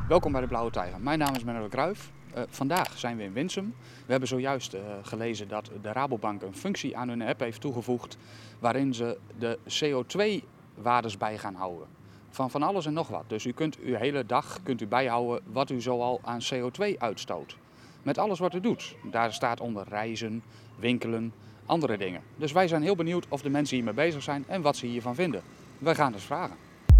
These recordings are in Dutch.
Welkom bij de Blauwe Tijger. Mijn naam is Menno de Kruijf. Vandaag zijn we in Winsum. We hebben zojuist gelezen dat de Rabobank een functie aan hun app heeft toegevoegd waarin ze de CO2-waardes bij gaan houden. Van alles en nog wat. Dus u kunt uw hele dag bijhouden wat u zoal aan CO2 uitstoot. Met alles wat u doet. Daar staat onder reizen, winkelen, andere dingen. Dus wij zijn heel benieuwd of de mensen hiermee bezig zijn en wat ze hiervan vinden. Wij gaan dus vragen.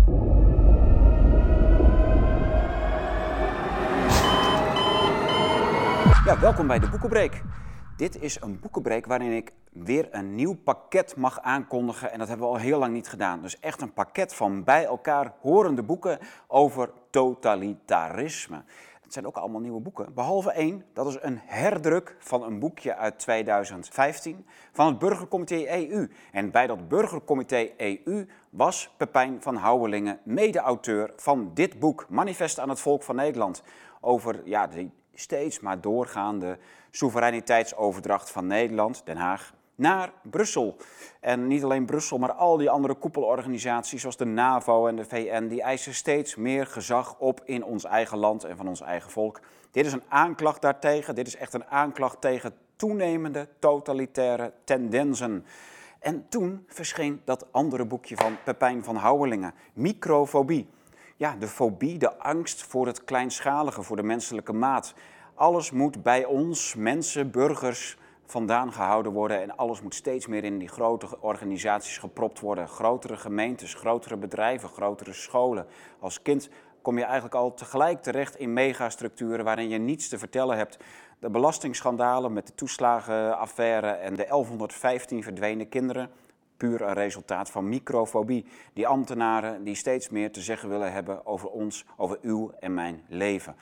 Ja, welkom bij de Boekenbreek. Dit is een boekenbreek waarin ik weer een nieuw pakket mag aankondigen. En dat hebben we al heel lang niet gedaan. Dus echt een pakket van bij elkaar horende boeken over totalitarisme. Het zijn ook allemaal nieuwe boeken, behalve één. Dat is een herdruk van een boekje uit 2015 van het Burgercomité EU. En bij dat Burgercomité EU was Pepijn van Houwelingen mede-auteur van dit boek, Manifest aan het Volk van Nederland. Over die steeds maar doorgaande soevereiniteitsoverdracht van Nederland, Den Haag, naar Brussel. En niet alleen Brussel, maar al die andere koepelorganisaties zoals de NAVO en de VN, die eisen steeds meer gezag op in ons eigen land en van ons eigen volk. Dit is een aanklacht daartegen, dit is echt een aanklacht tegen toenemende totalitaire tendensen. En toen verscheen dat andere boekje van Pepijn van Houwelingen, Microfobie. Ja, de fobie, de angst voor het kleinschalige, voor de menselijke maat. Alles moet bij ons, mensen, burgers, vandaan gehouden worden. En alles moet steeds meer in die grote organisaties gepropt worden. Grotere gemeentes, grotere bedrijven, grotere scholen. Als kind kom je eigenlijk al tegelijk terecht in megastructuren waarin je niets te vertellen hebt. De belastingschandalen met de toeslagenaffaire en de 1115 verdwenen kinderen. Puur een resultaat van microfobie. Die ambtenaren die steeds meer te zeggen willen hebben over ons, over uw en mijn leven.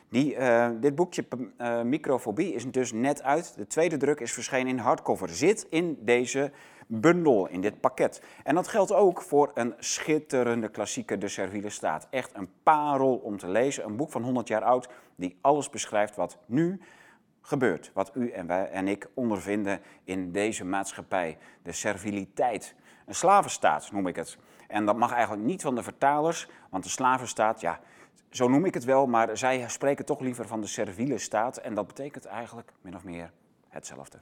Dit boekje Microfobie is dus net uit. De tweede druk is verschenen in hardcover. Zit in deze bundel, in dit pakket. En dat geldt ook voor een schitterende klassieker, De Serviele Staat. Echt een parel om te lezen. Een boek van 100 jaar oud die alles beschrijft wat nu gebeurt. Wat u en wij en ik ondervinden in deze maatschappij. De serviliteit. Een slavenstaat noem ik het. En dat mag eigenlijk niet van de vertalers, want de slavenstaat, ja, zo noem ik het wel, maar zij spreken toch liever van de serviele staat. En dat betekent eigenlijk min of meer hetzelfde.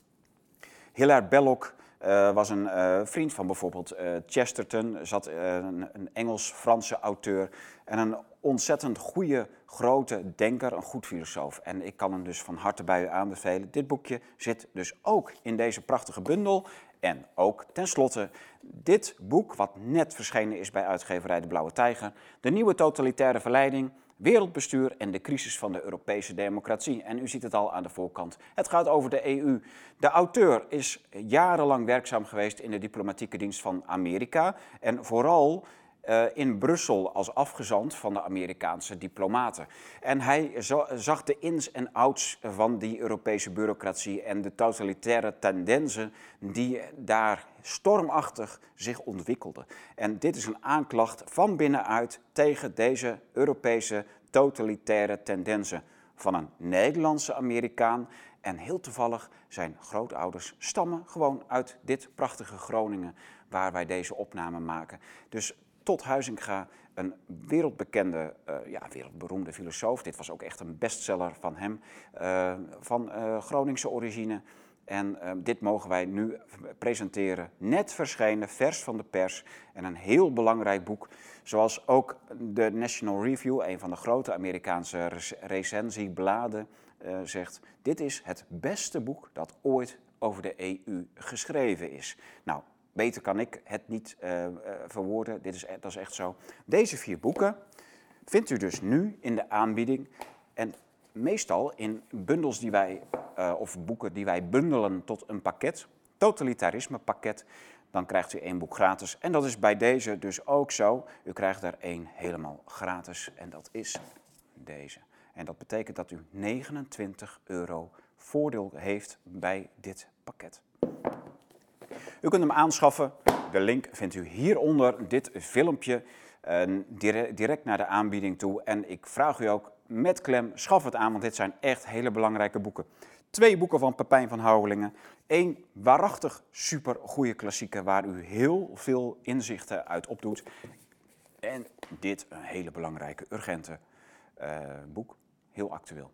Hilaire Belloc was een vriend van bijvoorbeeld Chesterton, een Engels-Franse auteur en een ontzettend goede, grote denker, een goed filosoof. En ik kan hem dus van harte bij u aanbevelen. Dit boekje zit dus ook in deze prachtige bundel. En ook tenslotte dit boek, wat net verschenen is bij uitgeverij De Blauwe Tijger. De nieuwe totalitaire verleiding, wereldbestuur en de crisis van de Europese democratie. En u ziet het al aan de voorkant. Het gaat over de EU. De auteur is jarenlang werkzaam geweest in de diplomatieke dienst van Amerika. En vooral in Brussel als afgezant van de Amerikaanse diplomaten. En hij zag de ins en outs van die Europese bureaucratie en de totalitaire tendensen die daar stormachtig zich ontwikkelden. En dit is een aanklacht van binnenuit tegen deze Europese totalitaire tendensen van een Nederlandse Amerikaan. En heel toevallig zijn grootouders stammen gewoon uit dit prachtige Groningen waar wij deze opname maken. Dus Todt Huizinga, een wereldbekende, wereldberoemde filosoof. Dit was ook echt een bestseller van hem, van Groningse origine. En dit mogen wij nu presenteren. Net verschenen, vers van de pers. En een heel belangrijk boek. Zoals ook de National Review, een van de grote Amerikaanse recensiebladen, zegt. Dit is het beste boek dat ooit over de EU geschreven is. Nou, beter kan ik het niet verwoorden, dat is echt zo. Deze 4 boeken vindt u dus nu in de aanbieding. En meestal in bundels die wij, of boeken die wij bundelen tot een pakket. Totalitarisme pakket. Dan krijgt u 1 boek gratis. En dat is bij deze dus ook zo. U krijgt er 1 helemaal gratis. En dat is deze. En dat betekent dat u €29 voordeel heeft bij dit pakket. U kunt hem aanschaffen. De link vindt u hieronder dit filmpje direct naar de aanbieding toe. En ik vraag u ook met klem, schaf het aan, want dit zijn echt hele belangrijke boeken. 2 boeken van Pepijn van Houwelingen. 1 waarachtig super goede klassieker waar u heel veel inzichten uit opdoet. En dit een hele belangrijke, urgente boek. Heel actueel.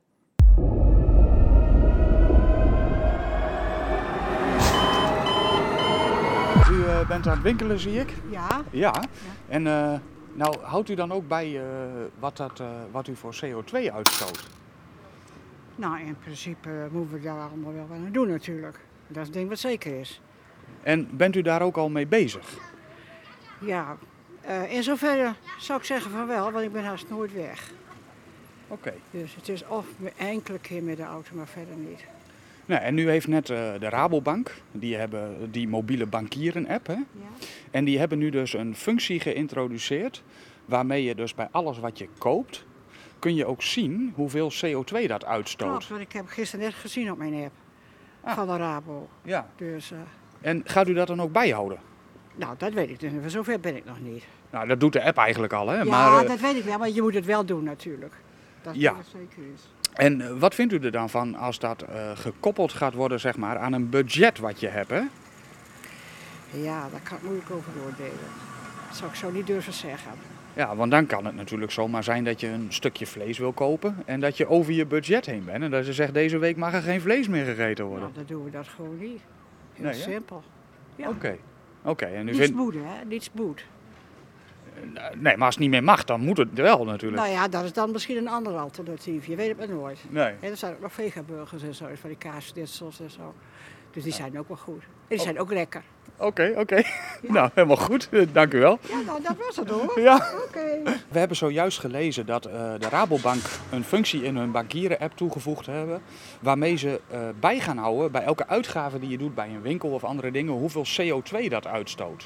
U bent aan het winkelen, zie ik. Ja. Ja. En nou, houdt u dan ook bij wat u voor CO2 uitstoot? Nou, in principe moeten we daar allemaal wel aan doen natuurlijk. Dat is het ding wat zeker is. En bent u daar ook al mee bezig? Ja, in zoverre zou ik zeggen van wel, want ik ben haast nooit weg. Oké. Dus het is of enkele keer met de auto, maar verder niet. Nou, en nu heeft net de Rabobank, die hebben die mobiele bankieren-app, hè? Ja. En die hebben nu dus een functie geïntroduceerd waarmee je dus bij alles wat je koopt, kun je ook zien hoeveel CO2 dat uitstoot. Klopt, want ik heb gisteren net gezien op mijn app van de Rabo. Ja. Dus, En gaat u dat dan ook bijhouden? nou, dat weet ik dus niet. Zover ben ik nog niet. Nou, dat doet de app eigenlijk al, hè? Ja, Maar, dat weet ik wel, maar je moet het wel doen natuurlijk. Dat is Ja. wat zeker is. En wat vindt u er dan van als dat gekoppeld gaat worden, zeg maar, aan een budget wat je hebt, hè? Ja, daar kan ik moeilijk over oordelen. Dat zou ik zo niet durven zeggen. Ja, want dan kan het natuurlijk zomaar zijn dat je een stukje vlees wil kopen en dat je over je budget heen bent. En dat je zegt, deze week mag er geen vlees meer gegeten worden. Nou, dan doen we dat gewoon niet. Heel Nee, hè? simpel. Ja. Oké. En u Niets vindt... moet, hè? Niets moet. Nee, maar als het niet meer mag, dan moet het wel natuurlijk. Nou ja, dat is dan misschien een ander alternatief. Je weet het maar nooit. Nee. En er zijn ook nog vegaburgers en zo, van die kaasschnitsels en zo. Dus die zijn ook wel goed. En die zijn ook lekker. Oké. Nou, helemaal goed. Dank u wel. Ja, nou, dat was het hoor. Ja. Oké. We hebben zojuist gelezen dat de Rabobank een functie in hun bankieren-app toegevoegd hebben, waarmee ze bij gaan houden bij elke uitgave die je doet bij een winkel of andere dingen, hoeveel CO2 dat uitstoot.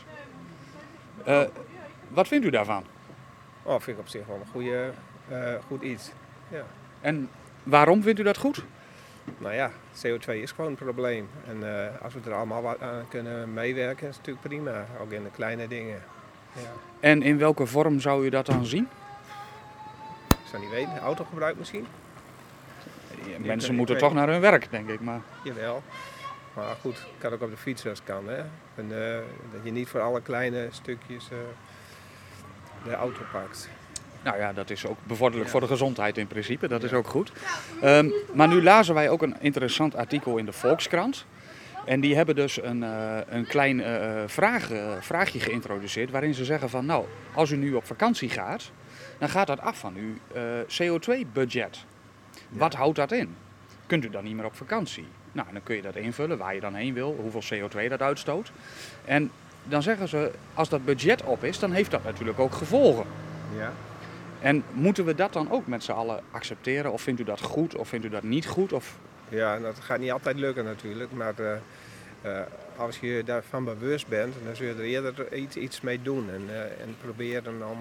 Wat vindt u daarvan? Oh, vind ik op zich wel een goed iets. Ja. En waarom vindt u dat goed? Nou ja, CO2 is gewoon een probleem. En als we er allemaal wat aan kunnen meewerken, is het natuurlijk prima. Ook in de kleine dingen. Ja. En in welke vorm zou u dat dan zien? Ik zou niet weten, autogebruik misschien? Mensen ik moeten weet- toch naar hun werk, denk ik. Maar... Jawel. Maar goed, kan ook op de fiets als het kan. Hè? En, dat je niet voor alle kleine stukjes de auto pakt. Nou ja, dat is ook bevorderlijk voor de gezondheid in principe. Dat is ook goed. Maar nu lazen wij ook een interessant artikel in de Volkskrant. En die hebben dus een klein vraagje geïntroduceerd waarin ze zeggen van nou, als u nu op vakantie gaat, dan gaat dat af van uw CO2-budget. Wat houdt dat in? Kunt u dan niet meer op vakantie? Nou, dan kun je dat invullen waar je dan heen wil, hoeveel CO2 dat uitstoot. En dan zeggen ze, als dat budget op is, dan heeft dat natuurlijk ook gevolgen. Ja. En moeten we dat dan ook met z'n allen accepteren? Of vindt u dat goed of vindt u dat niet goed? Of... Ja, dat gaat niet altijd lukken natuurlijk, maar als je daarvan bewust bent, dan zul je er eerder iets mee doen en proberen om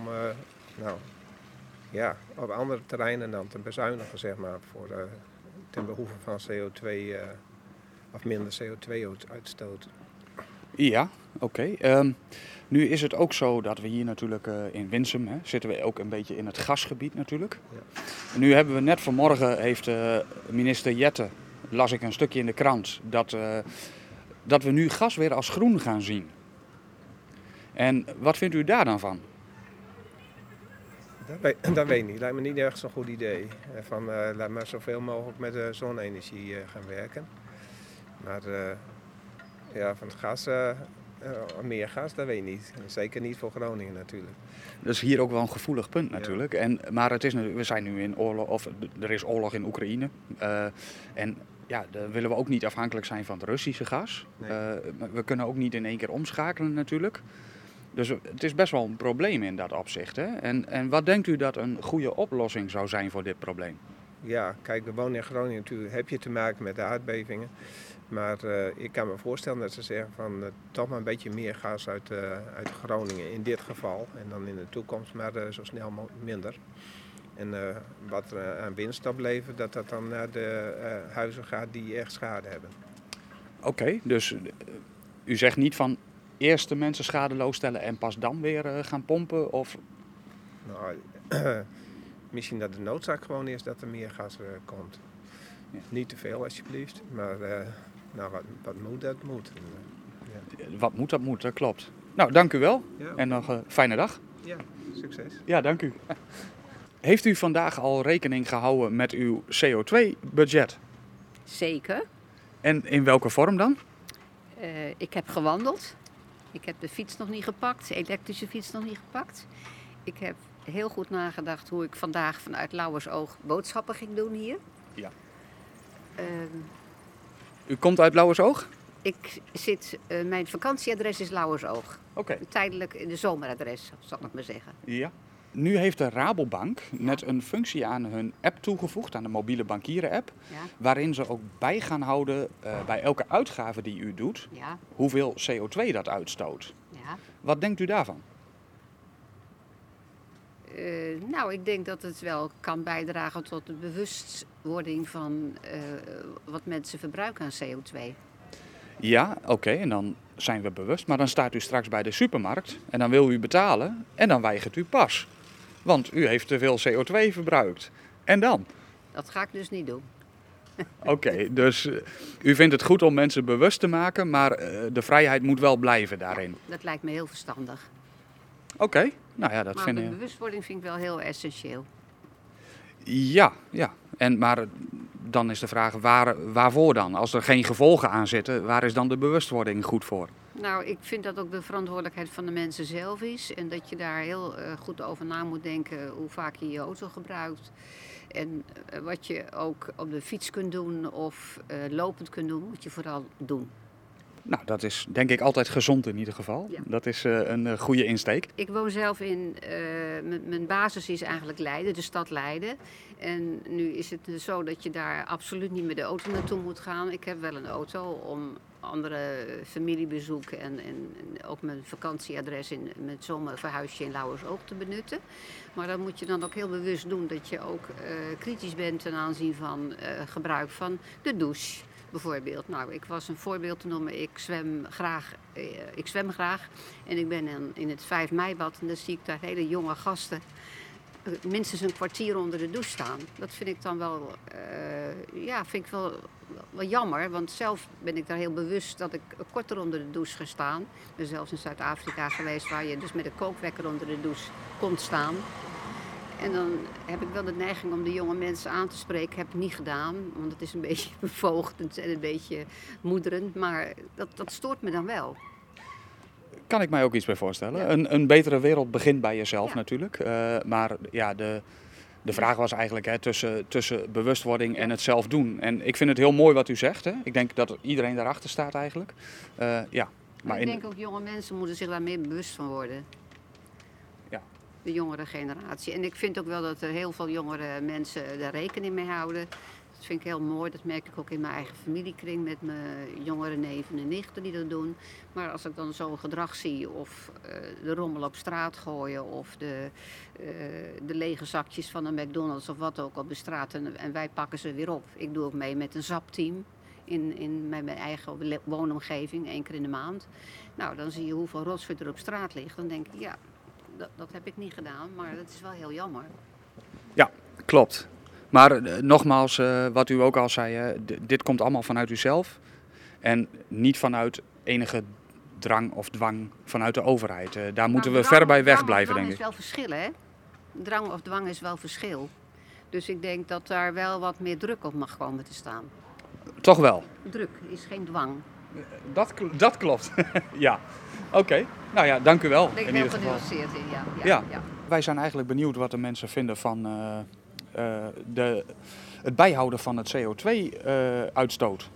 op andere terreinen dan te bezuinigen, zeg maar, ten behoeve van CO2 of minder CO2-uitstoot. Ja, oké. Nu is het ook zo dat we hier natuurlijk in Winsum zitten we ook een beetje in het gasgebied natuurlijk. Ja. En nu hebben we net vanmorgen heeft minister Jette, las ik een stukje in de krant, dat we nu gas weer als groen gaan zien. En wat vindt u daar dan van? Dat weet ik niet. Lijkt me niet echt zo'n goed idee. Laat maar zoveel mogelijk met zonne-energie gaan werken. Maar van het gas, meer gas, dat weet ik niet. Zeker niet voor Groningen natuurlijk. Dat is hier ook wel een gevoelig punt natuurlijk. Maar we zijn nu in oorlog, of er is oorlog in Oekraïne. En ja, daar willen we ook niet afhankelijk zijn van het Russische gas. Nee. Maar we kunnen ook niet in één keer omschakelen natuurlijk. Dus het is best wel een probleem in dat opzicht. Hè? En wat denkt u dat een goede oplossing zou zijn voor dit probleem? Ja, kijk, we wonen in Groningen natuurlijk, heb je te maken met de aardbevingen. Maar ik kan me voorstellen dat ze zeggen van toch maar een beetje meer gas uit Groningen in dit geval. En dan in de toekomst maar zo snel minder. En wat er aan winst oplevert, dat dan naar de huizen gaat die echt schade hebben. Oké, dus u zegt niet van eerst de mensen schadeloos stellen en pas dan weer gaan pompen? Of... Nou, misschien dat de noodzaak gewoon is dat er meer gas komt. Ja. Niet te veel alsjeblieft, maar wat moet, dat moet. Wat moet, dat moet, dat klopt. Nou, dank u wel Ja. en nog een fijne dag. Ja, succes. Ja, dank u. Heeft u vandaag al rekening gehouden met uw CO2-budget? Zeker. En in welke vorm dan? Ik heb gewandeld. Ik heb de fiets nog niet gepakt, de elektrische fiets nog niet gepakt. Ik heb heel goed nagedacht hoe ik vandaag vanuit Lauwersoog boodschappen ging doen hier. Ja. Ehm, U komt uit Lauwersoog? Mijn vakantieadres is Lauwersoog. Oké. Tijdelijk in de zomeradres, zal ik maar zeggen. Ja. Nu heeft de Rabobank net een functie aan hun app toegevoegd, aan de mobiele bankieren-app, Ja, waarin ze ook bij gaan houden bij elke uitgave die u doet, ja, hoeveel CO2 dat uitstoot. ja. Wat denkt u daarvan? Nou, ik denk dat het wel kan bijdragen tot de bewustwording van wat mensen verbruiken aan CO2. Ja, oké, en dan zijn we bewust, maar dan staat u straks bij de supermarkt en dan wil u betalen en dan weigert u pas. Want u heeft te veel CO2 verbruikt. En dan? Dat ga ik dus niet doen. Oké, dus u vindt het goed om mensen bewust te maken, maar de vrijheid moet wel blijven daarin. Dat lijkt me heel verstandig. Oké, nou ja, dat Maar vind de ik... bewustwording vind ik wel heel essentieel. Ja. Maar dan is de vraag, waarvoor dan? Als er geen gevolgen aan zitten, waar is dan de bewustwording goed voor? Nou, ik vind dat ook de verantwoordelijkheid van de mensen zelf is. En dat je daar heel goed over na moet denken hoe vaak je je auto gebruikt. En wat je ook op de fiets kunt doen of lopend kunt doen, moet je vooral doen. Nou, dat is denk ik altijd gezond in ieder geval. Ja. Dat is een goede insteek. Ik woon zelf mijn basis is eigenlijk Leiden, de stad Leiden. En nu is het zo dat je daar absoluut niet met de auto naartoe moet gaan. Ik heb wel een auto om andere familiebezoeken en ook mijn vakantieadres met zomerverhuisje in Lauwersoog te benutten. Maar dan moet je dan ook heel bewust doen dat je ook kritisch bent ten aanzien van gebruik van de douche. Bijvoorbeeld, nou, ik was een voorbeeld te noemen. Ik zwem graag en ik ben in het 5 meibad en dan zie ik daar hele jonge gasten minstens een kwartier onder de douche staan. Dat vind ik dan wel, vind ik wel jammer, want zelf ben ik daar heel bewust dat ik korter onder de douche ga staan. Ik ben zelfs in Zuid-Afrika geweest waar je dus met een kookwekker onder de douche kon staan. En dan heb ik wel de neiging om de jonge mensen aan te spreken. Heb ik niet gedaan, want het is een beetje bevoogdend en een beetje moederend. Maar dat stoort me dan wel. Kan ik mij ook iets bij voorstellen. Ja. Een betere wereld begint bij jezelf Ja. natuurlijk. Maar ja, de vraag was eigenlijk tussen bewustwording en het zelf doen. En ik vind het heel mooi wat u zegt. Hè. Ik denk dat iedereen daarachter staat eigenlijk. Maar ik denk ook jonge mensen moeten zich daar meer bewust van worden. Ja. De jongere generatie. En ik vind ook wel dat er heel veel jongere mensen daar rekening mee houden. Dat vind ik heel mooi. Dat merk ik ook in mijn eigen familiekring met mijn jongere neven en nichten die dat doen. Maar als ik dan zo'n gedrag zie of de rommel op straat gooien of de lege zakjes van een McDonald's of wat ook op de straat en wij pakken ze weer op. Ik doe ook mee met een zapteam in mijn eigen woonomgeving, 1 keer in de maand. Nou, dan zie je hoeveel rotzooi er op straat ligt. Dan denk ik, ja, dat heb ik niet gedaan, maar dat is wel heel jammer. Ja, klopt. Maar nogmaals, wat u ook al zei, dit komt allemaal vanuit uzelf. En niet vanuit enige drang of dwang vanuit de overheid. Daar moeten we ver bij weg blijven, denk ik. Drang is wel verschil, hè? Drang of dwang is wel verschil. Dus ik denk dat daar wel wat meer druk op mag komen te staan. Toch wel? Druk is geen dwang. Dat klopt. Ja. Oké. Nou ja, dank u wel. Ik ben in heel ieder geval. genuanceerd in, Ja. ja. Wij zijn eigenlijk benieuwd wat de mensen vinden van het bijhouden van het CO2-uitstoot.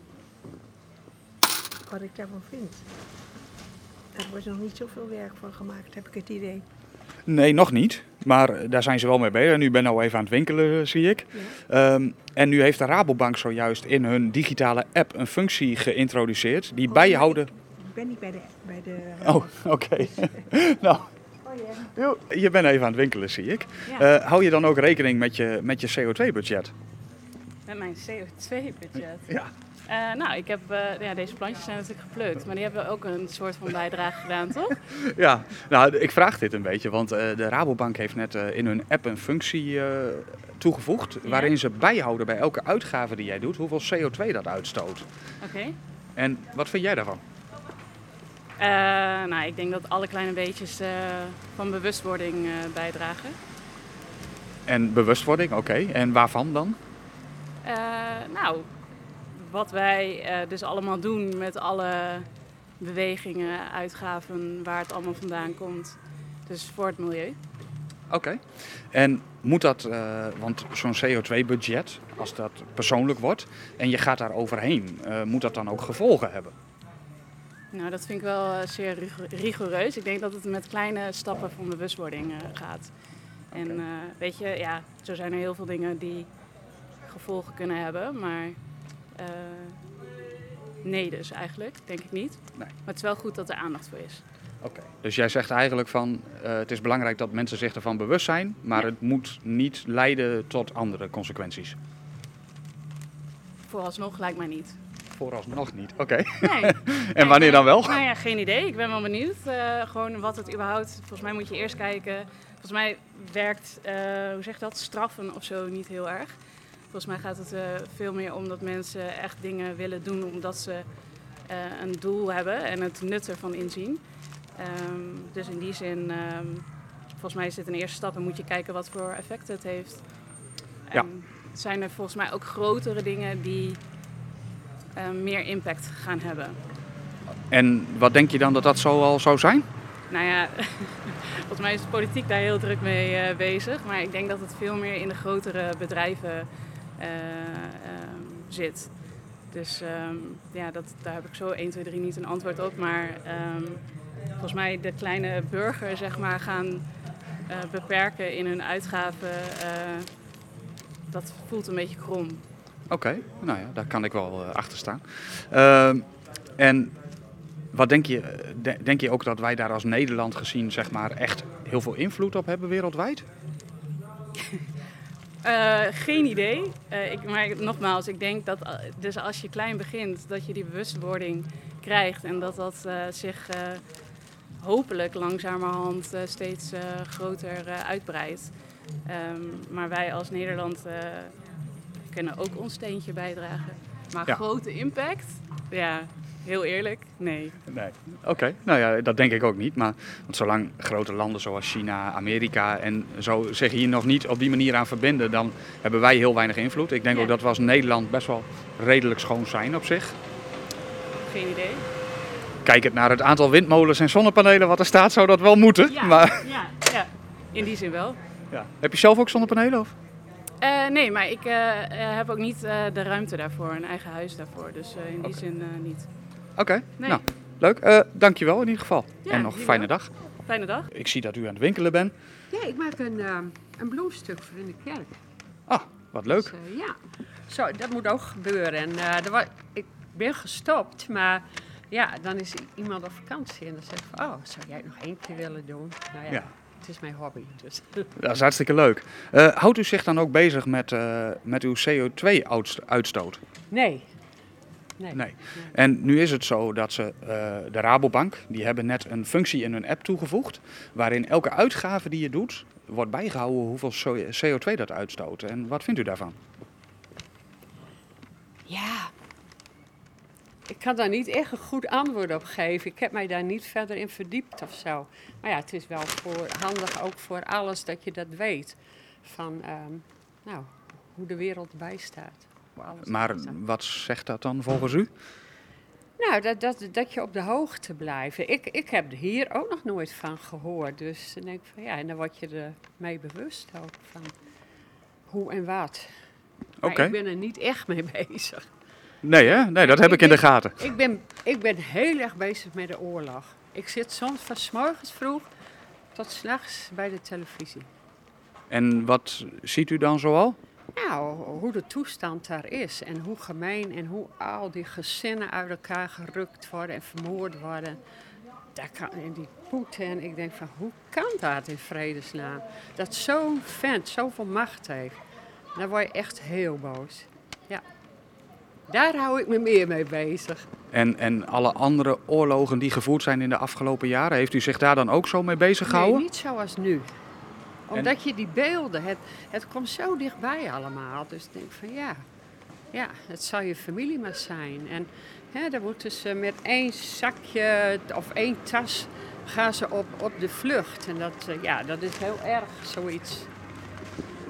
Wat ik daarvan vind. Er wordt nog niet zoveel werk van gemaakt, heb ik het idee. Nee, nog niet. Maar daar zijn ze wel mee bezig. En u bent nou even aan het winkelen, zie ik. Ja. En nu heeft de Rabobank zojuist in hun digitale app een functie geïntroduceerd die bijhouden... Ik ben niet bij de Oh, oké. Nou, joh, je bent even aan het winkelen, zie ik. Hou je dan ook rekening met je CO2-budget? Met mijn CO2-budget? Ja. Nou, ik heb, deze plantjes zijn natuurlijk geplukt, maar die hebben ook een soort van bijdrage gedaan, toch? Ja, nou, ik vraag dit een beetje, want de Rabobank heeft net in hun app een functie toegevoegd, waarin ze bijhouden bij elke uitgave die jij doet, hoeveel CO2 dat uitstoot. Oké. En wat vind jij daarvan? Nou, ik denk dat alle kleine beetjes van bewustwording bijdragen. En bewustwording, oké. En waarvan dan? Nou, wat wij dus allemaal doen met alle bewegingen, uitgaven, waar het allemaal vandaan komt. Dus voor het milieu. Oké. En moet dat, want zo'n CO2-budget, als dat persoonlijk wordt en je gaat daar overheen, moet dat dan ook gevolgen hebben? Nou, dat vind ik wel zeer rigoureus. Ik denk dat het met kleine stappen van bewustwording gaat. En weet je, ja, zo zijn er heel veel dingen die gevolgen kunnen hebben, maar nee dus eigenlijk, denk ik niet. Nee. Maar het is wel goed dat er aandacht voor is. Oké. Dus jij zegt eigenlijk van, het is belangrijk dat mensen zich ervan bewust zijn, maar het moet niet leiden tot andere consequenties. Vooralsnog lijkt mij niet. Vooralsnog niet, oké. Nee. En wanneer dan wel? Nou ja, geen idee. Ik ben wel benieuwd. Gewoon wat het überhaupt... Volgens mij moet je eerst kijken. Volgens mij werkt, hoe zeg je dat, straffen of zo niet heel erg. Volgens mij gaat het veel meer om dat mensen echt dingen willen doen omdat ze een doel hebben en het nut ervan inzien. Dus in die zin, volgens mij is dit een eerste stap en moet je kijken wat voor effect het heeft. Ja. Zijn er volgens mij ook grotere dingen die meer impact gaan hebben. En wat denk je dan dat dat zo al zou zijn? Nou ja, volgens mij is de politiek daar heel druk mee bezig. Maar ik denk dat het veel meer in de grotere bedrijven zit. Dus ja, daar heb ik zo 1, 2, 3 niet een antwoord op. Maar volgens mij de kleine burger zeg maar, gaan beperken in hun uitgaven. Dat voelt een beetje krom. Oké, nou ja, daar kan ik wel achter staan. En wat denk je ook dat wij daar als Nederland gezien zeg maar, echt heel veel invloed op hebben wereldwijd? Geen idee. Maar nogmaals, ik denk dat dus als je klein begint, dat je die bewustwording krijgt en dat zich hopelijk langzamerhand steeds groter uitbreidt. Maar wij als Nederland kunnen ook ons steentje bijdragen. Maar grote impact, ja, heel eerlijk, nee. Oké, nou ja, dat denk ik ook niet. Maar want zolang grote landen zoals China, Amerika en zo zich hier nog niet op die manier aan verbinden, dan hebben wij heel weinig invloed. Ik denk ook dat we als Nederland best wel redelijk schoon zijn op zich. Geen idee. Kijkend naar het aantal windmolens en zonnepanelen wat er staat, zou dat wel moeten. Ja, maar... ja, in die zin wel. Ja. Heb je zelf ook zonnepanelen? Of? Nee, maar ik heb ook niet de ruimte daarvoor, een eigen huis daarvoor. Dus in die zin niet. Oké, nee. Nou, leuk. Dankjewel in ieder geval. Ja, en nog een fijne dag. Fijne dag. Ik zie dat u aan het winkelen bent. Ja, ik maak een bloemstuk voor in de kerk. Ah, wat leuk. Dus, ja, zo, dat moet ook gebeuren. En ik ben gestopt, maar ja, dan is iemand op vakantie en dan zegt van, oh, zou jij het nog 1 keer willen doen? Nou ja. Het is mijn hobby. Dus. Dat is hartstikke leuk. Houdt u zich dan ook bezig met uw CO2-uitstoot? Nee. En nu is het zo dat de Rabobank, die hebben net een functie in hun app toegevoegd, waarin elke uitgave die je doet, wordt bijgehouden hoeveel CO2 dat uitstoot. En wat vindt u daarvan? Ja, ik kan daar niet echt een goed antwoord op geven. Ik heb mij daar niet verder in verdiept of zo. Maar ja, het is wel handig ook voor alles dat je dat weet. Van hoe de wereld erbij staat. Maar wat zegt dat dan volgens u? Nou, dat je op de hoogte blijft. Ik heb er hier ook nog nooit van gehoord. Dus dan denk ik van ja, en dan word je er mee bewust ook van hoe en wat. Maar ik ben er niet echt mee bezig. Nee, hè? Nee, dat heb ik in de gaten. Ik ben heel erg bezig met de oorlog. Ik zit soms van 's morgens vroeg tot 's nachts bij de televisie. En wat ziet u dan zoal? Nou, hoe de toestand daar is en hoe gemeen en hoe al die gezinnen uit elkaar gerukt worden en vermoord worden. En die Poetin, ik denk van hoe kan dat in vredesnaam? Dat zo'n vent zoveel macht heeft. Dan word je echt heel boos. Ja. Daar hou ik me meer mee bezig. En alle andere oorlogen die gevoerd zijn in de afgelopen jaren, heeft u zich daar dan ook zo mee bezig gehouden? Nee, niet zoals nu. Omdat je die beelden, het komt zo dichtbij allemaal. Dus ik denk van ja, het zal je familie maar zijn. En dan moeten ze met 1 zakje of 1 tas gaan ze op de vlucht. En dat is heel erg, zoiets.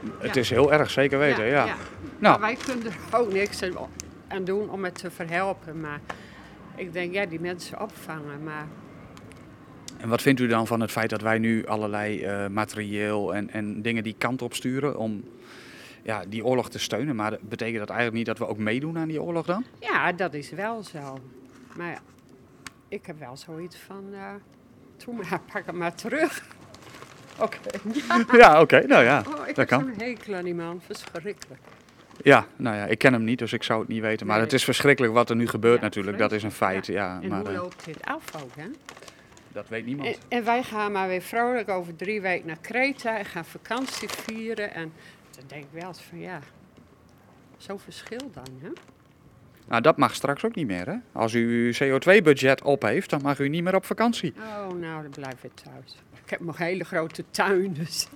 Het is heel erg, zeker weten, ja. Nou. Nou, Wij kunnen er ook niks aan doen om het te verhelpen. Maar ik denk, ja, die mensen opvangen. Maar en wat vindt u dan van het feit dat wij nu allerlei materieel en dingen die kant op sturen om die oorlog te steunen? Maar betekent dat eigenlijk niet dat we ook meedoen aan die oorlog dan? ja, dat is wel zo. Maar ja, ik heb wel zoiets van, doe maar, pak het maar terug. Oké. Ja, oké. Nou ja, Oh, ik dat heb kan. zo'n hekel aan die man, verschrikkelijk. Ja, nou ja, ik ken hem niet, dus ik zou het niet weten. Maar Nee. het is verschrikkelijk wat er nu gebeurt Ja, natuurlijk. Dat is een feit, ja. En Maar hoe loopt dit af ook, hè? dat weet niemand. En wij gaan maar weer vrolijk over 3 weken naar Kreta en gaan vakantie vieren. En dan denk ik wel eens van, ja, zo'n verschil dan, hè? Nou, dat mag straks ook niet meer, hè? Als u uw CO2-budget op heeft, dan mag u niet meer op vakantie. Oh, nou, dan blijf ik thuis. Ik heb nog een hele grote tuin, dus...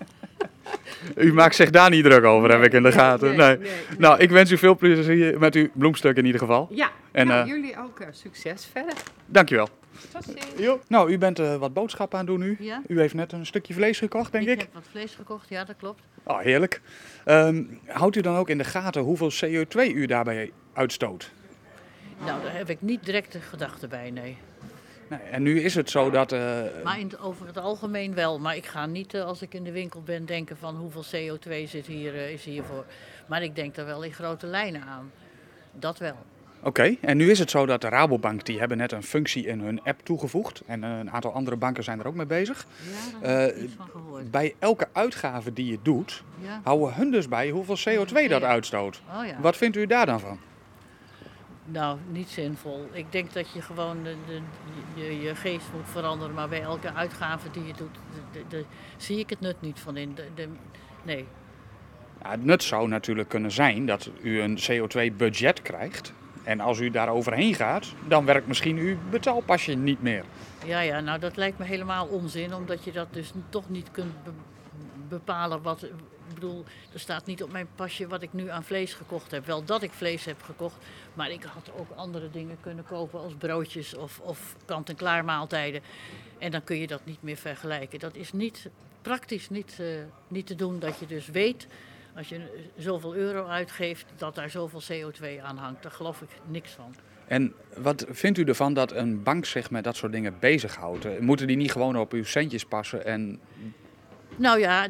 U maakt zich daar niet druk over, heb ik in de gaten. Nee. Nou, ik wens u veel plezier met uw bloemstuk in ieder geval. Ja, En, nou, jullie ook succes verder. Dankjewel. Tot ziens. Jo. Nou, u bent wat boodschappen aan het doen nu. Ja. U heeft net een stukje vlees gekocht, denk ik. Ik heb wat vlees gekocht, ja, dat klopt. Oh, heerlijk. Houdt u dan ook in de gaten hoeveel CO2 u daarbij uitstoot? Nou, daar heb ik niet direct de gedachte bij, nee. Nee, en nu is het zo dat... Maar over het algemeen wel. Maar ik ga niet, als ik in de winkel ben, denken van hoeveel CO2 is hiervoor. Maar ik denk er wel in grote lijnen aan. Dat wel. Oké, en nu is het zo dat de Rabobank, die hebben net een functie in hun app toegevoegd. En een aantal andere banken zijn er ook mee bezig. Ja, daar heb ik iets van gehoord. Bij elke uitgave die je doet, Ja. houden hun dus bij hoeveel CO2 dat uitstoot. Oh ja. Wat vindt u daar dan van? Nou, niet zinvol. Ik denk dat je gewoon je geest moet veranderen. Maar bij elke uitgave die je doet, zie ik het nut niet van in. Nee. Ja, het nut zou natuurlijk kunnen zijn dat u een CO2-budget krijgt. En als u daar overheen gaat, dan werkt misschien uw betaalpasje niet meer. Ja, nou dat lijkt me helemaal onzin. Ook je dat dus toch niet kunt bepalen wat... Ik bedoel, er staat niet op mijn pasje wat ik nu aan vlees gekocht heb. Wel dat ik vlees heb gekocht, maar ik had ook andere dingen kunnen kopen als broodjes of kant-en-klaar maaltijden. En dan kun je dat niet meer vergelijken. Dat is praktisch niet te doen dat je dus weet, als je zoveel euro uitgeeft, dat daar zoveel CO2 aan hangt. Daar geloof ik niks van. En wat vindt u ervan dat een bank zich met dat soort dingen bezighoudt? Moeten die niet gewoon op uw centjes passen? En... Nou ja,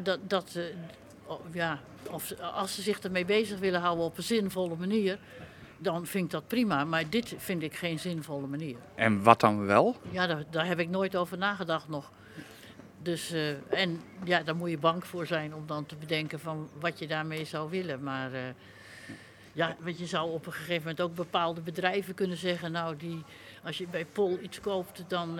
of als ze zich ermee bezig willen houden op een zinvolle manier, dan vind ik dat prima. Maar dit vind ik geen zinvolle manier. En wat dan wel? Ja, daar heb ik nooit over nagedacht nog. Dus, en ja, daar moet je bang voor zijn om dan te bedenken van wat je daarmee zou willen. Maar want je zou op een gegeven moment ook bepaalde bedrijven kunnen zeggen, nou, als je bij Pol iets koopt, dan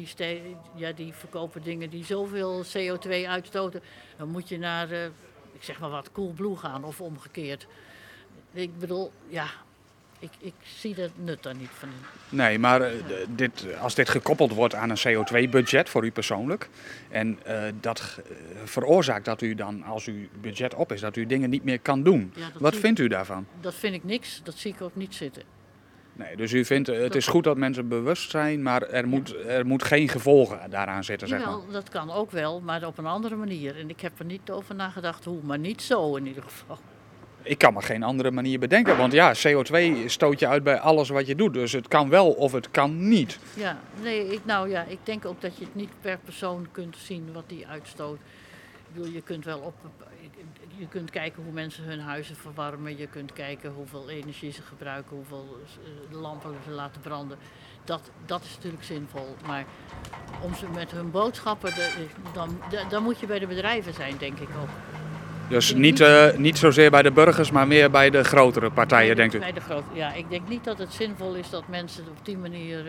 die verkopen dingen die zoveel CO2 uitstoten. Dan moet je naar, ik zeg maar wat, Coolblue gaan of omgekeerd. Ik bedoel, ja, ik zie dat nut daar niet van in. Nee, maar als dit gekoppeld wordt aan een CO2-budget voor u persoonlijk, en dat veroorzaakt dat u dan, als uw budget op is, dat u dingen niet meer kan doen. Ja, Wat vindt u daarvan? Dat vind ik niks, dat zie ik ook niet zitten. Nee, dus u vindt het is goed dat mensen bewust zijn, maar er moet geen gevolgen daaraan zitten, zeg maar. Jawel, dat kan ook wel, maar op een andere manier. En ik heb er niet over nagedacht hoe, maar niet zo in ieder geval. Ik kan me geen andere manier bedenken, want ja, CO2 stoot je uit bij alles wat je doet. Dus het kan wel of het kan niet. Ja, nee, ik denk ook dat je het niet per persoon kunt zien wat die uitstoot. Ik bedoel, je kunt wel je kunt kijken hoe mensen hun huizen verwarmen. Je kunt kijken hoeveel energie ze gebruiken, hoeveel lampen ze laten branden. Dat is natuurlijk zinvol. Maar om ze met hun boodschappen, dan moet je bij de bedrijven zijn, denk ik ook. Dus niet zozeer bij de burgers, maar meer bij de grotere partijen, denkt u? Bij de grotere, ja. Ik denk niet dat het zinvol is dat mensen op die manier...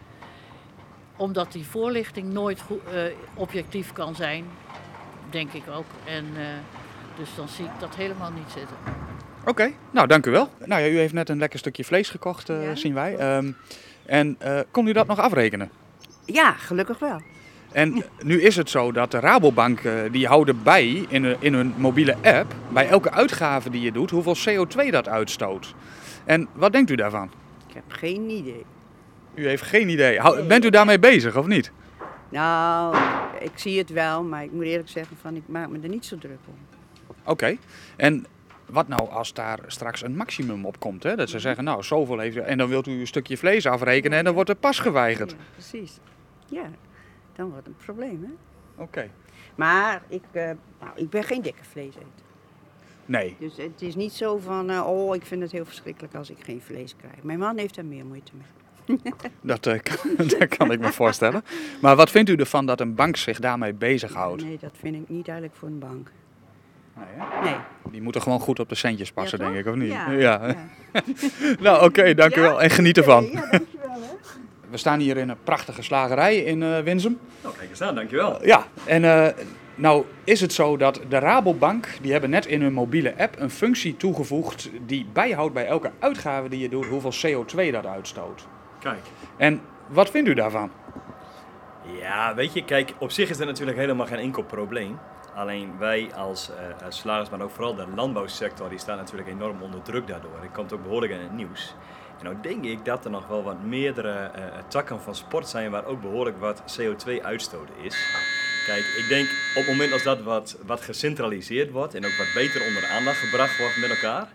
omdat die voorlichting nooit objectief kan zijn, denk ik ook. En dus dan zie ik dat helemaal niet zitten. Oké, nou dank u wel. Nou ja, u heeft net een lekker stukje vlees gekocht, zien wij. Kon u dat nog afrekenen? Ja, gelukkig wel. En nu is het zo dat de Rabobank, die houden bij in hun mobiele app, bij elke uitgave die je doet, hoeveel CO2 dat uitstoot. En wat denkt u daarvan? Ik heb geen idee. U heeft geen idee. Bent u daarmee bezig of niet? Nou, ik zie het wel, maar ik moet eerlijk zeggen, ik maak me er niet zo druk om. Oké. En wat nou als daar straks een maximum op komt? Hè? Dat ze zeggen, nou, zoveel heeft u... En dan wilt u een stukje vlees afrekenen en dan wordt er pas geweigerd. Ja, precies. Ja, dan wordt het een probleem, hè. Oké. Maar ik ben geen dikke vleeseter. Nee. Dus het is niet zo van, ik vind het heel verschrikkelijk als ik geen vlees krijg. Mijn man heeft daar meer moeite mee. Dat kan ik me voorstellen. Maar wat vindt u ervan dat een bank zich daarmee bezighoudt? Nee, dat vind ik niet duidelijk voor een bank. Nee, hè? Nee. Die moeten gewoon goed op de centjes passen, Ja, denk ik, toch? of niet? Ja. Nou, oké, dank u wel. En geniet ervan. Ja, dankjewel, hè. We staan hier in een prachtige slagerij in Winsum. Nou, kijk eens aan, dankjewel. Ja, en nou is het zo dat de Rabobank, die hebben net in hun mobiele app een functie toegevoegd die bijhoudt bij elke uitgave die je doet hoeveel CO2 dat uitstoot. Kijk. En wat vindt u daarvan? Ja, weet je, kijk, op zich is dat natuurlijk helemaal geen enkel probleem. Alleen wij als slagers, maar ook vooral de landbouwsector, die staat natuurlijk enorm onder druk daardoor. Het komt ook behoorlijk in het nieuws. En nou denk ik dat er nog wel wat meerdere takken van sport zijn waar ook behoorlijk wat CO2 uitstoten is. Kijk, ik denk op het moment als dat wat gecentraliseerd wordt en ook wat beter onder de aandacht gebracht wordt met elkaar.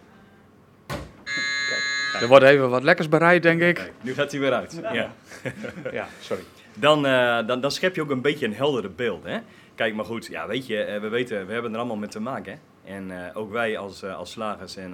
Kijk. Er wordt even wat lekkers bereid, denk ik. Kijk, nu gaat hij weer uit. Ja, ja sorry. Dan schep je ook een beetje een helderder beeld, hè? Kijk, maar goed, ja, weet je, we weten, we hebben er allemaal mee te maken, hè? En ook wij als slagers en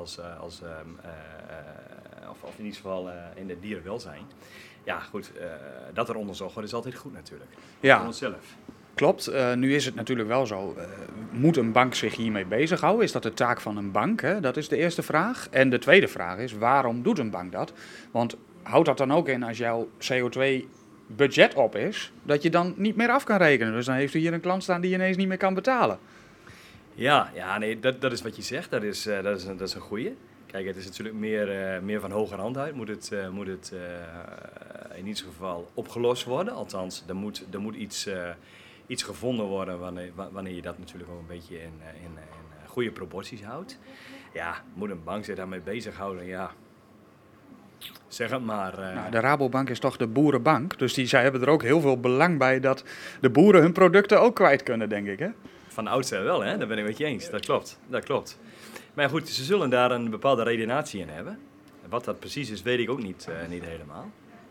of in ieder geval in het dierenwelzijn. Ja, goed, dat er onderzocht wordt is altijd goed natuurlijk. Ja. Voor onszelf. Klopt. Nu is het natuurlijk wel zo, moet een bank zich hiermee bezighouden? Is dat de taak van een bank? Hè? Dat is de eerste vraag. En de tweede vraag is, waarom doet een bank dat? Want houdt dat dan ook in als jouw CO2-budget op is, dat je dan niet meer af kan rekenen? Dus dan heeft u hier een klant staan die je ineens niet meer kan betalen. Ja, nee, dat is wat je zegt. Dat is een goeie. Kijk, het is natuurlijk meer van hoger hand uit. Moet het in ieder geval opgelost worden. Althans, er moet iets gevonden worden wanneer je dat natuurlijk ook een beetje in goede proporties houdt. Ja, moet een bank zich daarmee bezighouden? Ja, zeg het maar. Nou, de Rabobank is toch de boerenbank. Dus zij hebben er ook heel veel belang bij dat de boeren hun producten ook kwijt kunnen, denk ik, hè? Van oudsher wel, hè? Daar ben ik met je eens. Dat klopt. Maar goed, ze zullen daar een bepaalde redenatie in hebben. Wat dat precies is, weet ik ook niet helemaal.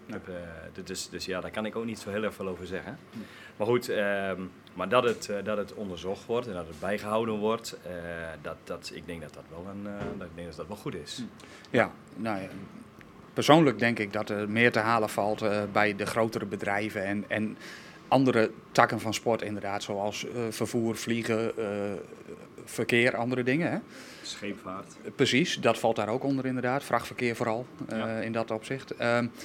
Dus ja, daar kan ik ook niet zo heel erg veel over zeggen. Maar goed, maar dat het onderzocht wordt en dat het bijgehouden wordt, ik denk dat dat wel goed is. Ja, nou ja. Persoonlijk denk ik dat er meer te halen valt bij de grotere bedrijven en andere takken van sport inderdaad, zoals vervoer, vliegen, verkeer, andere dingen. Hè? Scheepvaart. Precies, dat valt daar ook onder inderdaad. Vrachtverkeer vooral, in dat opzicht.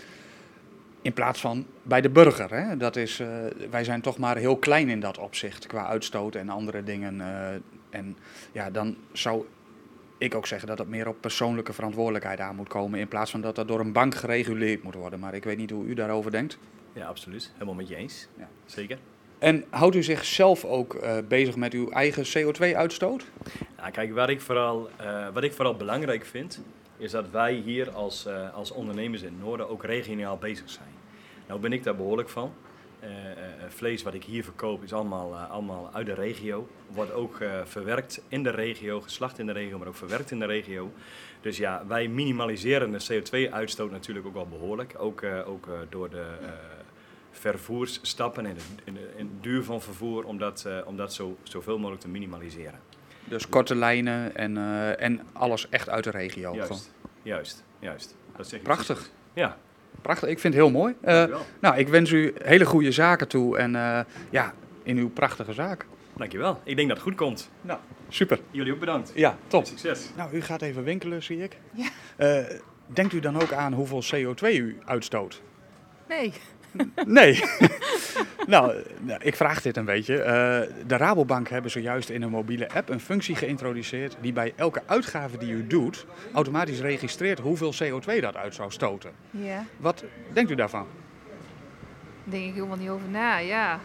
In plaats van bij de burger. Hè? Dat is, wij zijn toch maar heel klein in dat opzicht qua uitstoot en andere dingen. En ja, dan zou ik ook zeggen dat het meer op persoonlijke verantwoordelijkheid aan moet komen, in plaats van dat dat door een bank gereguleerd moet worden. Maar ik weet niet hoe u daarover denkt. Ja, absoluut. Helemaal met je eens. Ja. Zeker. En houdt u zichzelf ook bezig met uw eigen CO2-uitstoot? Nou, kijk, wat ik vooral belangrijk vind, is dat wij hier als ondernemers in het Noorden ook regionaal bezig zijn. Nou ben ik daar behoorlijk van. Vlees wat ik hier verkoop is allemaal uit de regio. Wordt ook verwerkt in de regio, geslacht in de regio, maar ook verwerkt in de regio. Dus ja, wij minimaliseren de CO2-uitstoot natuurlijk ook wel behoorlijk. Ook door de vervoersstappen en de duur van vervoer, om dat zoveel mogelijk te minimaliseren. Dus korte lijnen en alles echt uit de regio. Juist. Dat zeg je. Prachtig. Ja. Prachtig, ik vind het heel mooi. Nou, ik wens u hele goede zaken toe en in uw prachtige zaak. Dankjewel, ik denk dat het goed komt. Nou, super. Jullie ook bedankt. Ja, top. Succes. Nou, u gaat even winkelen, zie ik. Ja. Denkt u dan ook aan hoeveel CO2 u uitstoot? Nee. Nee. Nou, ik vraag dit een beetje. De Rabobank hebben zojuist in een mobiele app een functie geïntroduceerd die bij elke uitgave die u doet automatisch registreert hoeveel CO2 dat uit zou stoten. Ja. Wat denkt u daarvan? Daar denk ik helemaal niet over na, ja.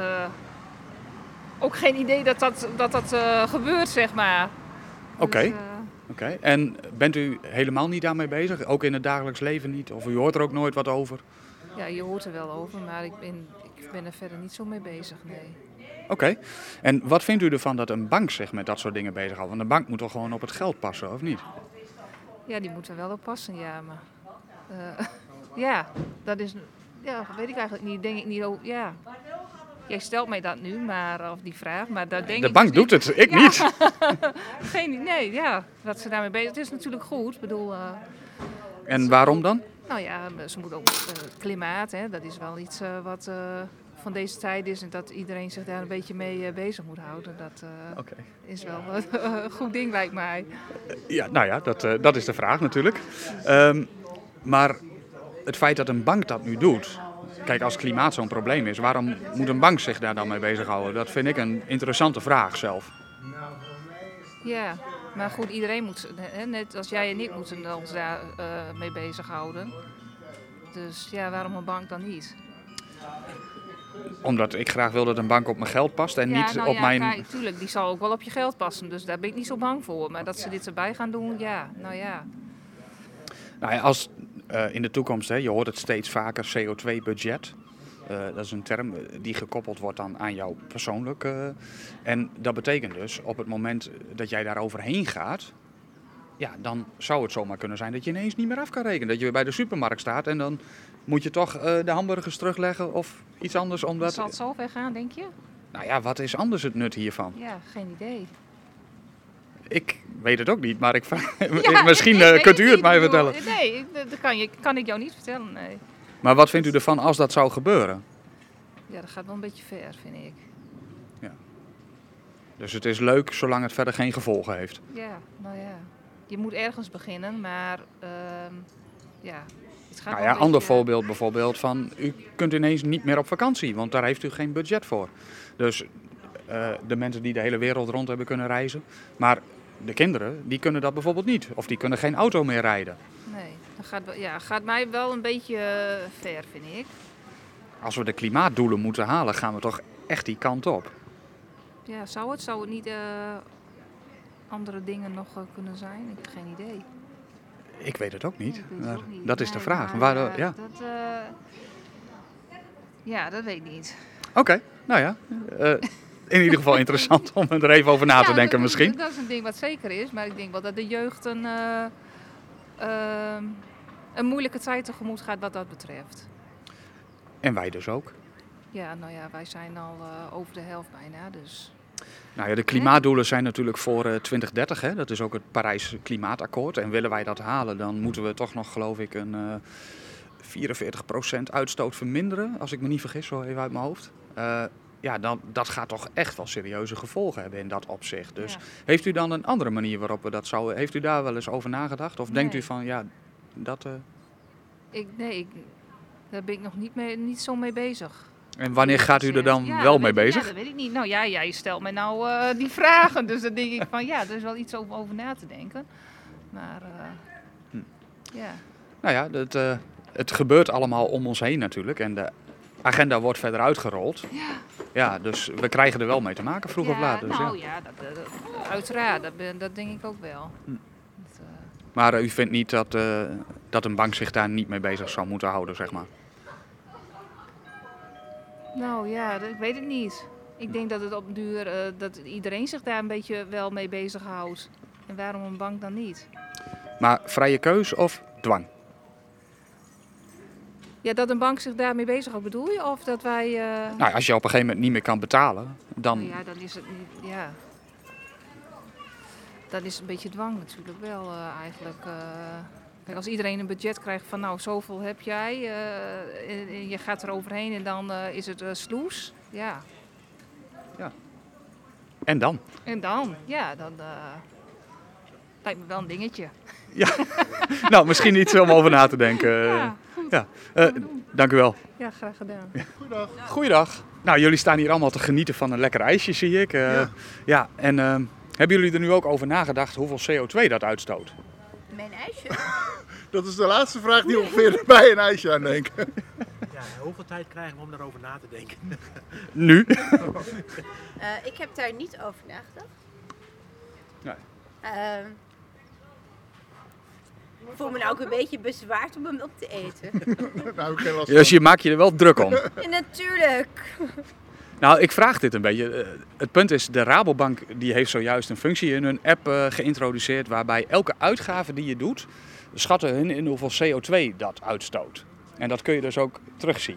Ook geen idee dat gebeurt, zeg maar. Oké. Oké. En bent u helemaal niet daarmee bezig? Ook in het dagelijks leven niet? Of u hoort er ook nooit wat over? Ja, je hoort er wel over, maar ik ben er verder niet zo mee bezig, nee. Oké. En wat vindt u ervan dat een bank zich met dat soort dingen bezighoudt? Want een bank moet toch gewoon op het geld passen, of niet? Ja, die moeten wel op passen, ja. Maar ja, dat is... Ja, weet ik eigenlijk niet. Denk ik niet over... Ja. Jij stelt mij dat nu, maar, of die vraag, maar daar denk ik... De bank dus doet het, ik niet. Geen idee, ja. Dat ze daarmee bezig... Het is natuurlijk goed, ik bedoel... En waarom dan? Nou ja, ze moeten ook... klimaat, hè, dat is wel iets wat van deze tijd is. En dat iedereen zich daar een beetje mee bezig moet houden. Dat is wel een goed ding, lijkt mij. Ja, nou ja, dat is de vraag natuurlijk. Maar het feit dat een bank dat nu doet... Kijk, als klimaat zo'n probleem is, waarom moet een bank zich daar dan mee bezighouden? Dat vind ik een interessante vraag zelf. Ja, maar goed, iedereen moet, net als jij en ik, moeten ons daar mee bezighouden. Dus ja, waarom een bank dan niet? Omdat ik graag wil dat een bank op mijn geld past en niet op mijn... Ja, natuurlijk, die zal ook wel op je geld passen, dus daar ben ik niet zo bang voor. Maar dat ze dit erbij gaan doen, ja, nou ja. Nou ja, als in de toekomst, je hoort het steeds vaker, CO2-budget. Dat is een term die gekoppeld wordt dan aan jou persoonlijk. En dat betekent dus, op het moment dat jij daar overheen gaat... Ja, dan zou het zomaar kunnen zijn dat je ineens niet meer af kan rekenen. Dat je weer bij de supermarkt staat en dan moet je toch de hamburgers terugleggen of iets anders. Omdat... Zal het zo ver gaan, denk je? Nou ja, wat is anders het nut hiervan? Ja, geen idee. Ik weet het ook niet, maar ik vraag... Misschien kunt u het mij vertellen. Nee, dat kan ik jou niet vertellen, nee. Maar wat vindt u ervan als dat zou gebeuren? Ja, dat gaat wel een beetje ver, vind ik. Ja. Dus het is leuk zolang het verder geen gevolgen heeft? Ja, nou ja. Je moet ergens beginnen, maar ja... Het gaat nou ja, ander voorbeeld bijvoorbeeld van... U kunt ineens niet meer op vakantie, want daar heeft u geen budget voor. Dus de mensen die de hele wereld rond hebben kunnen reizen. Maar de kinderen, die kunnen dat bijvoorbeeld niet. Of die kunnen geen auto meer rijden. Nee, dat gaat mij wel een beetje ver, vind ik. Als we de klimaatdoelen moeten halen, gaan we toch echt die kant op? Ja, zou het niet andere dingen nog kunnen zijn? Ik heb geen idee. Ik weet het ook niet. Nee, ook niet. Dat is de vraag. Ja, dat weet ik niet. Oké, nou ja. In ieder geval interessant om er even over na te denken misschien. Dat is een ding wat zeker is, maar ik denk wel dat de jeugd een moeilijke tijd tegemoet gaat wat dat betreft. En wij dus ook. Ja, nou ja, wij zijn al over de helft bijna, dus... Nou ja, de klimaatdoelen zijn natuurlijk voor 2030, hè? Dat is ook het Parijs Klimaatakkoord. En willen wij dat halen, dan moeten we toch nog, geloof ik, een 44% uitstoot verminderen. Als ik me niet vergis, zo even uit mijn hoofd. Ja, dat gaat toch echt wel serieuze gevolgen hebben in dat opzicht. Dus heeft u dan een andere manier waarop we dat zouden... Heeft u daar wel eens over nagedacht? Of denkt u van, ja, dat... Daar ben ik nog niet zo mee bezig. En wanneer gaat u er dan wel mee bezig? Ja, dat weet ik niet. Nou ja, jij stelt mij nou die vragen. Dus dan denk ik van ja, er is wel iets over na te denken. Maar ja. Nou ja, het gebeurt allemaal om ons heen natuurlijk. En de agenda wordt verder uitgerold. Ja. Ja, dus we krijgen er wel mee te maken vroeg of laat. Dus, uiteraard. Dat denk ik ook wel. Maar u vindt niet dat een bank zich daar niet mee bezig zou moeten houden, zeg maar? Nou ja, ik weet het niet. Ik denk dat het op duur dat iedereen zich daar een beetje wel mee bezighoudt. En waarom een bank dan niet? Maar vrije keus of dwang? Ja, dat een bank zich daarmee bezighoudt, bedoel je? Of dat wij... Nou, als je op een gegeven moment niet meer kan betalen, dan... Nou ja, dan is het niet... Ja. Dat is een beetje dwang natuurlijk wel eigenlijk. Kijk, als iedereen een budget krijgt van nou, zoveel heb jij. En je gaat er overheen en dan is het sloes. Ja. Ja. En dan? En dan? Ja, dan lijkt me wel een dingetje. Ja. Nou, misschien iets om over na te denken. Ja, goed. Ja. Dank u wel. Ja, graag gedaan. Ja. Goeiedag. Nou, jullie staan hier allemaal te genieten van een lekker ijsje, zie ik. Ja, en hebben jullie er nu ook over nagedacht hoeveel CO2 dat uitstoot? Mijn ijsje? Dat is de laatste vraag die ongeveer bij een ijsje aan denken. Ja, hoeveel tijd krijgen we om daarover na te denken? Nu? Ik heb daar niet over nagedacht. Nee. Ik voel me nou ook een beetje bezwaard om hem op te eten. Nou, dus je maakt je er wel druk om? Ja, natuurlijk. Nou, ik vraag dit een beetje. Het punt is, de Rabobank die heeft zojuist een functie in hun app geïntroduceerd waarbij elke uitgave die je doet, schatten hun in hoeveel CO2 dat uitstoot. En dat kun je dus ook terugzien.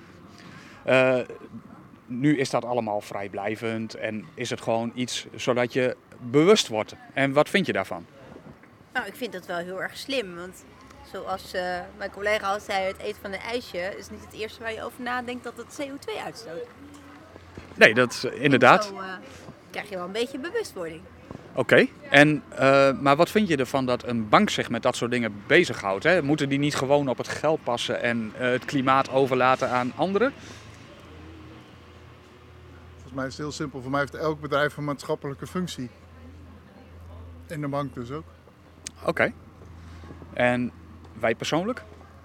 Nu is dat allemaal vrijblijvend en is het gewoon iets zodat je bewust wordt. En wat vind je daarvan? Nou, ik vind dat wel heel erg slim, want zoals mijn collega al zei, het eten van een ijsje is niet het eerste waar je over nadenkt dat het CO2 uitstoot. Nee, dat is inderdaad. Zo krijg je wel een beetje bewustwording. Oké. Maar wat vind je ervan dat een bank zich met dat soort dingen bezighoudt? Hè? Moeten die niet gewoon op het geld passen en het klimaat overlaten aan anderen? Volgens mij is het heel simpel. Voor mij heeft elk bedrijf een maatschappelijke functie. En de bank dus ook. Oké. En wij persoonlijk?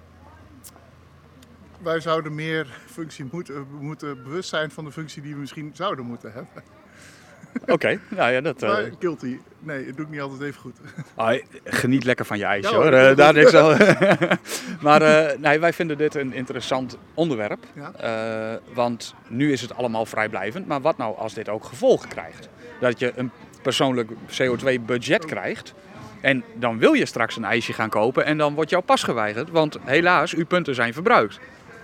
Wij zouden meer functie moeten bewust zijn van de functie die we misschien zouden moeten hebben. Oké, nou ja, dat... Maar guilty. Nee, het doe ik niet altijd even goed. Geniet lekker van je ijsje, Ja, hoor. Daar niks aan. Maar nee, wij vinden dit een interessant onderwerp. Ja. Want nu is het allemaal vrijblijvend. Maar wat nou als dit ook gevolgen krijgt? Dat je een persoonlijk CO2-budget krijgt. En dan wil je straks een ijsje gaan kopen en dan wordt jouw pas geweigerd. Want helaas, uw punten zijn verbruikt.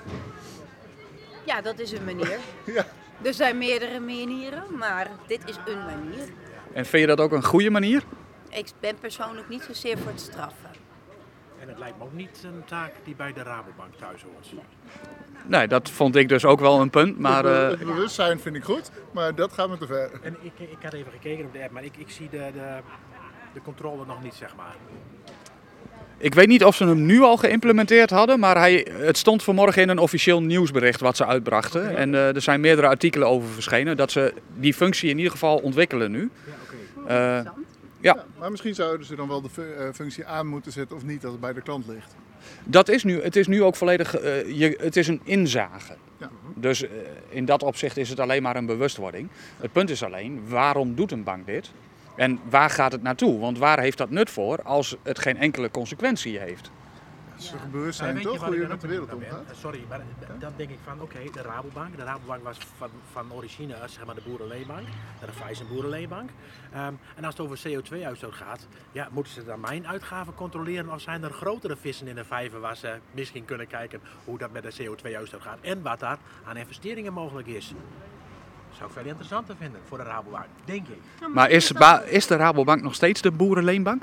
Ja, dat is een manier. Ja. Er zijn meerdere manieren, maar dit is een manier. En vind je dat ook een goede manier? Ik ben persoonlijk niet zozeer voor het straffen. En het lijkt me ook niet een taak die bij de Rabobank thuis hoort. Nee, dat vond ik dus ook wel een punt. Maar, het bewustzijn vind ik goed, maar dat gaat me te ver. En ik had even gekeken op de app, maar ik zie de controle nog niet, zeg maar. Ik weet niet of ze hem nu al geïmplementeerd hadden, maar het stond vanmorgen in een officieel nieuwsbericht wat ze uitbrachten. Okay. En er zijn meerdere artikelen over verschenen dat ze die functie in ieder geval ontwikkelen nu. Ja, ja. Ja, maar misschien zouden ze dan wel de functie aan moeten zetten of niet, dat het bij de klant ligt. Dat is nu, het is nu ook volledig, het is een inzage. Ja. Dus in dat opzicht is het alleen maar een bewustwording. Het punt is alleen, waarom doet een bank dit? En waar gaat het naartoe? Want waar heeft dat nut voor als het geen enkele consequentie heeft? Dat is toch bewustzijn toch, hoe je met de wereld omgaat? Sorry, maar dan denk ik van oké, de Rabobank. De Rabobank was van origine zeg maar de boerenleebank. De Raiffeisen boerenleebank. En als het over CO2-uitstoot gaat, ja, moeten ze dan mijn uitgaven controleren of zijn er grotere vissen in de vijver waar ze misschien kunnen kijken hoe dat met de CO2-uitstoot gaat en wat daar aan investeringen mogelijk is. Zou ik veel interessanter vinden voor de Rabobank, denk ik. Maar is de Rabobank nog steeds de boerenleenbank?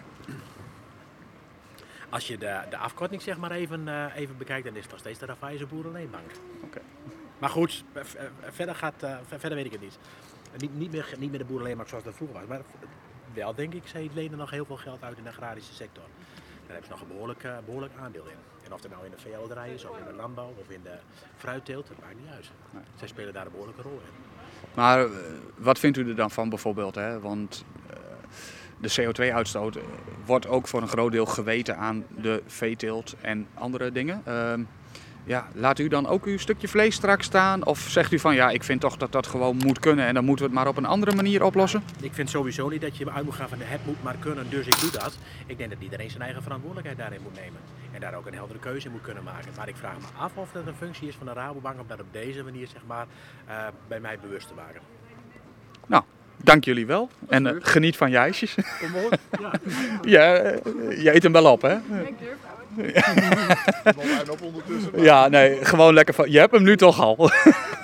Als je de afkorting zeg maar even bekijkt, dan is het nog steeds de Raiffeisen boerenleenbank. Okay. Maar goed, verder weet ik het niet. Niet meer de boerenleenbank zoals dat vroeger was. Maar wel denk ik, ze lenen nog heel veel geld uit in de agrarische sector. Daar hebben ze nog een behoorlijk aandeel in. En of het nou in de veehouderij is, of in de landbouw, of in de fruitteelt, dat maakt niet uit. Nee. Zij spelen daar een behoorlijke rol in. Maar wat vindt u er dan van bijvoorbeeld? Hè? Want de CO2-uitstoot wordt ook voor een groot deel geweten aan de veeteelt en andere dingen. Ja, laat u dan ook uw stukje vlees straks staan? Of zegt u van ja, ik vind toch dat dat gewoon moet kunnen en dan moeten we het maar op een andere manier oplossen? Ik vind sowieso niet dat je uit moet gaan van het moet maar kunnen, dus ik doe dat. Ik denk dat iedereen zijn eigen verantwoordelijkheid daarin moet nemen. En daar ook een heldere keuze in moet kunnen maken. Maar ik vraag me af of dat een functie is van de Rabobank om dat op deze manier zeg maar, bij mij bewust te maken. Nou, dank jullie wel. En geniet van je ijsjes. Kom op. Ja, je eet hem wel op, hè? Ik durf ook. Ja, nee, gewoon lekker van. Je hebt hem nu toch al.